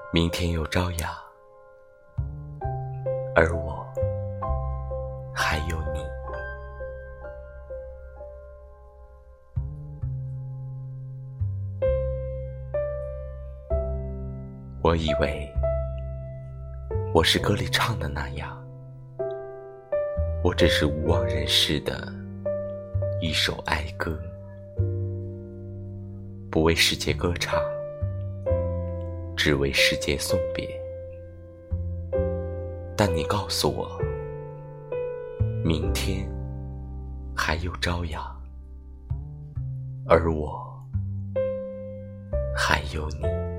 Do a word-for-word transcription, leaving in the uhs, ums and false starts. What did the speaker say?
明天又朝阳，而我还有你。我以为我是歌里唱的那样，我只是无望人世的一首哀歌，不为世界歌唱，只为世界送别。但你告诉我，明天还有朝阳，而我还有你。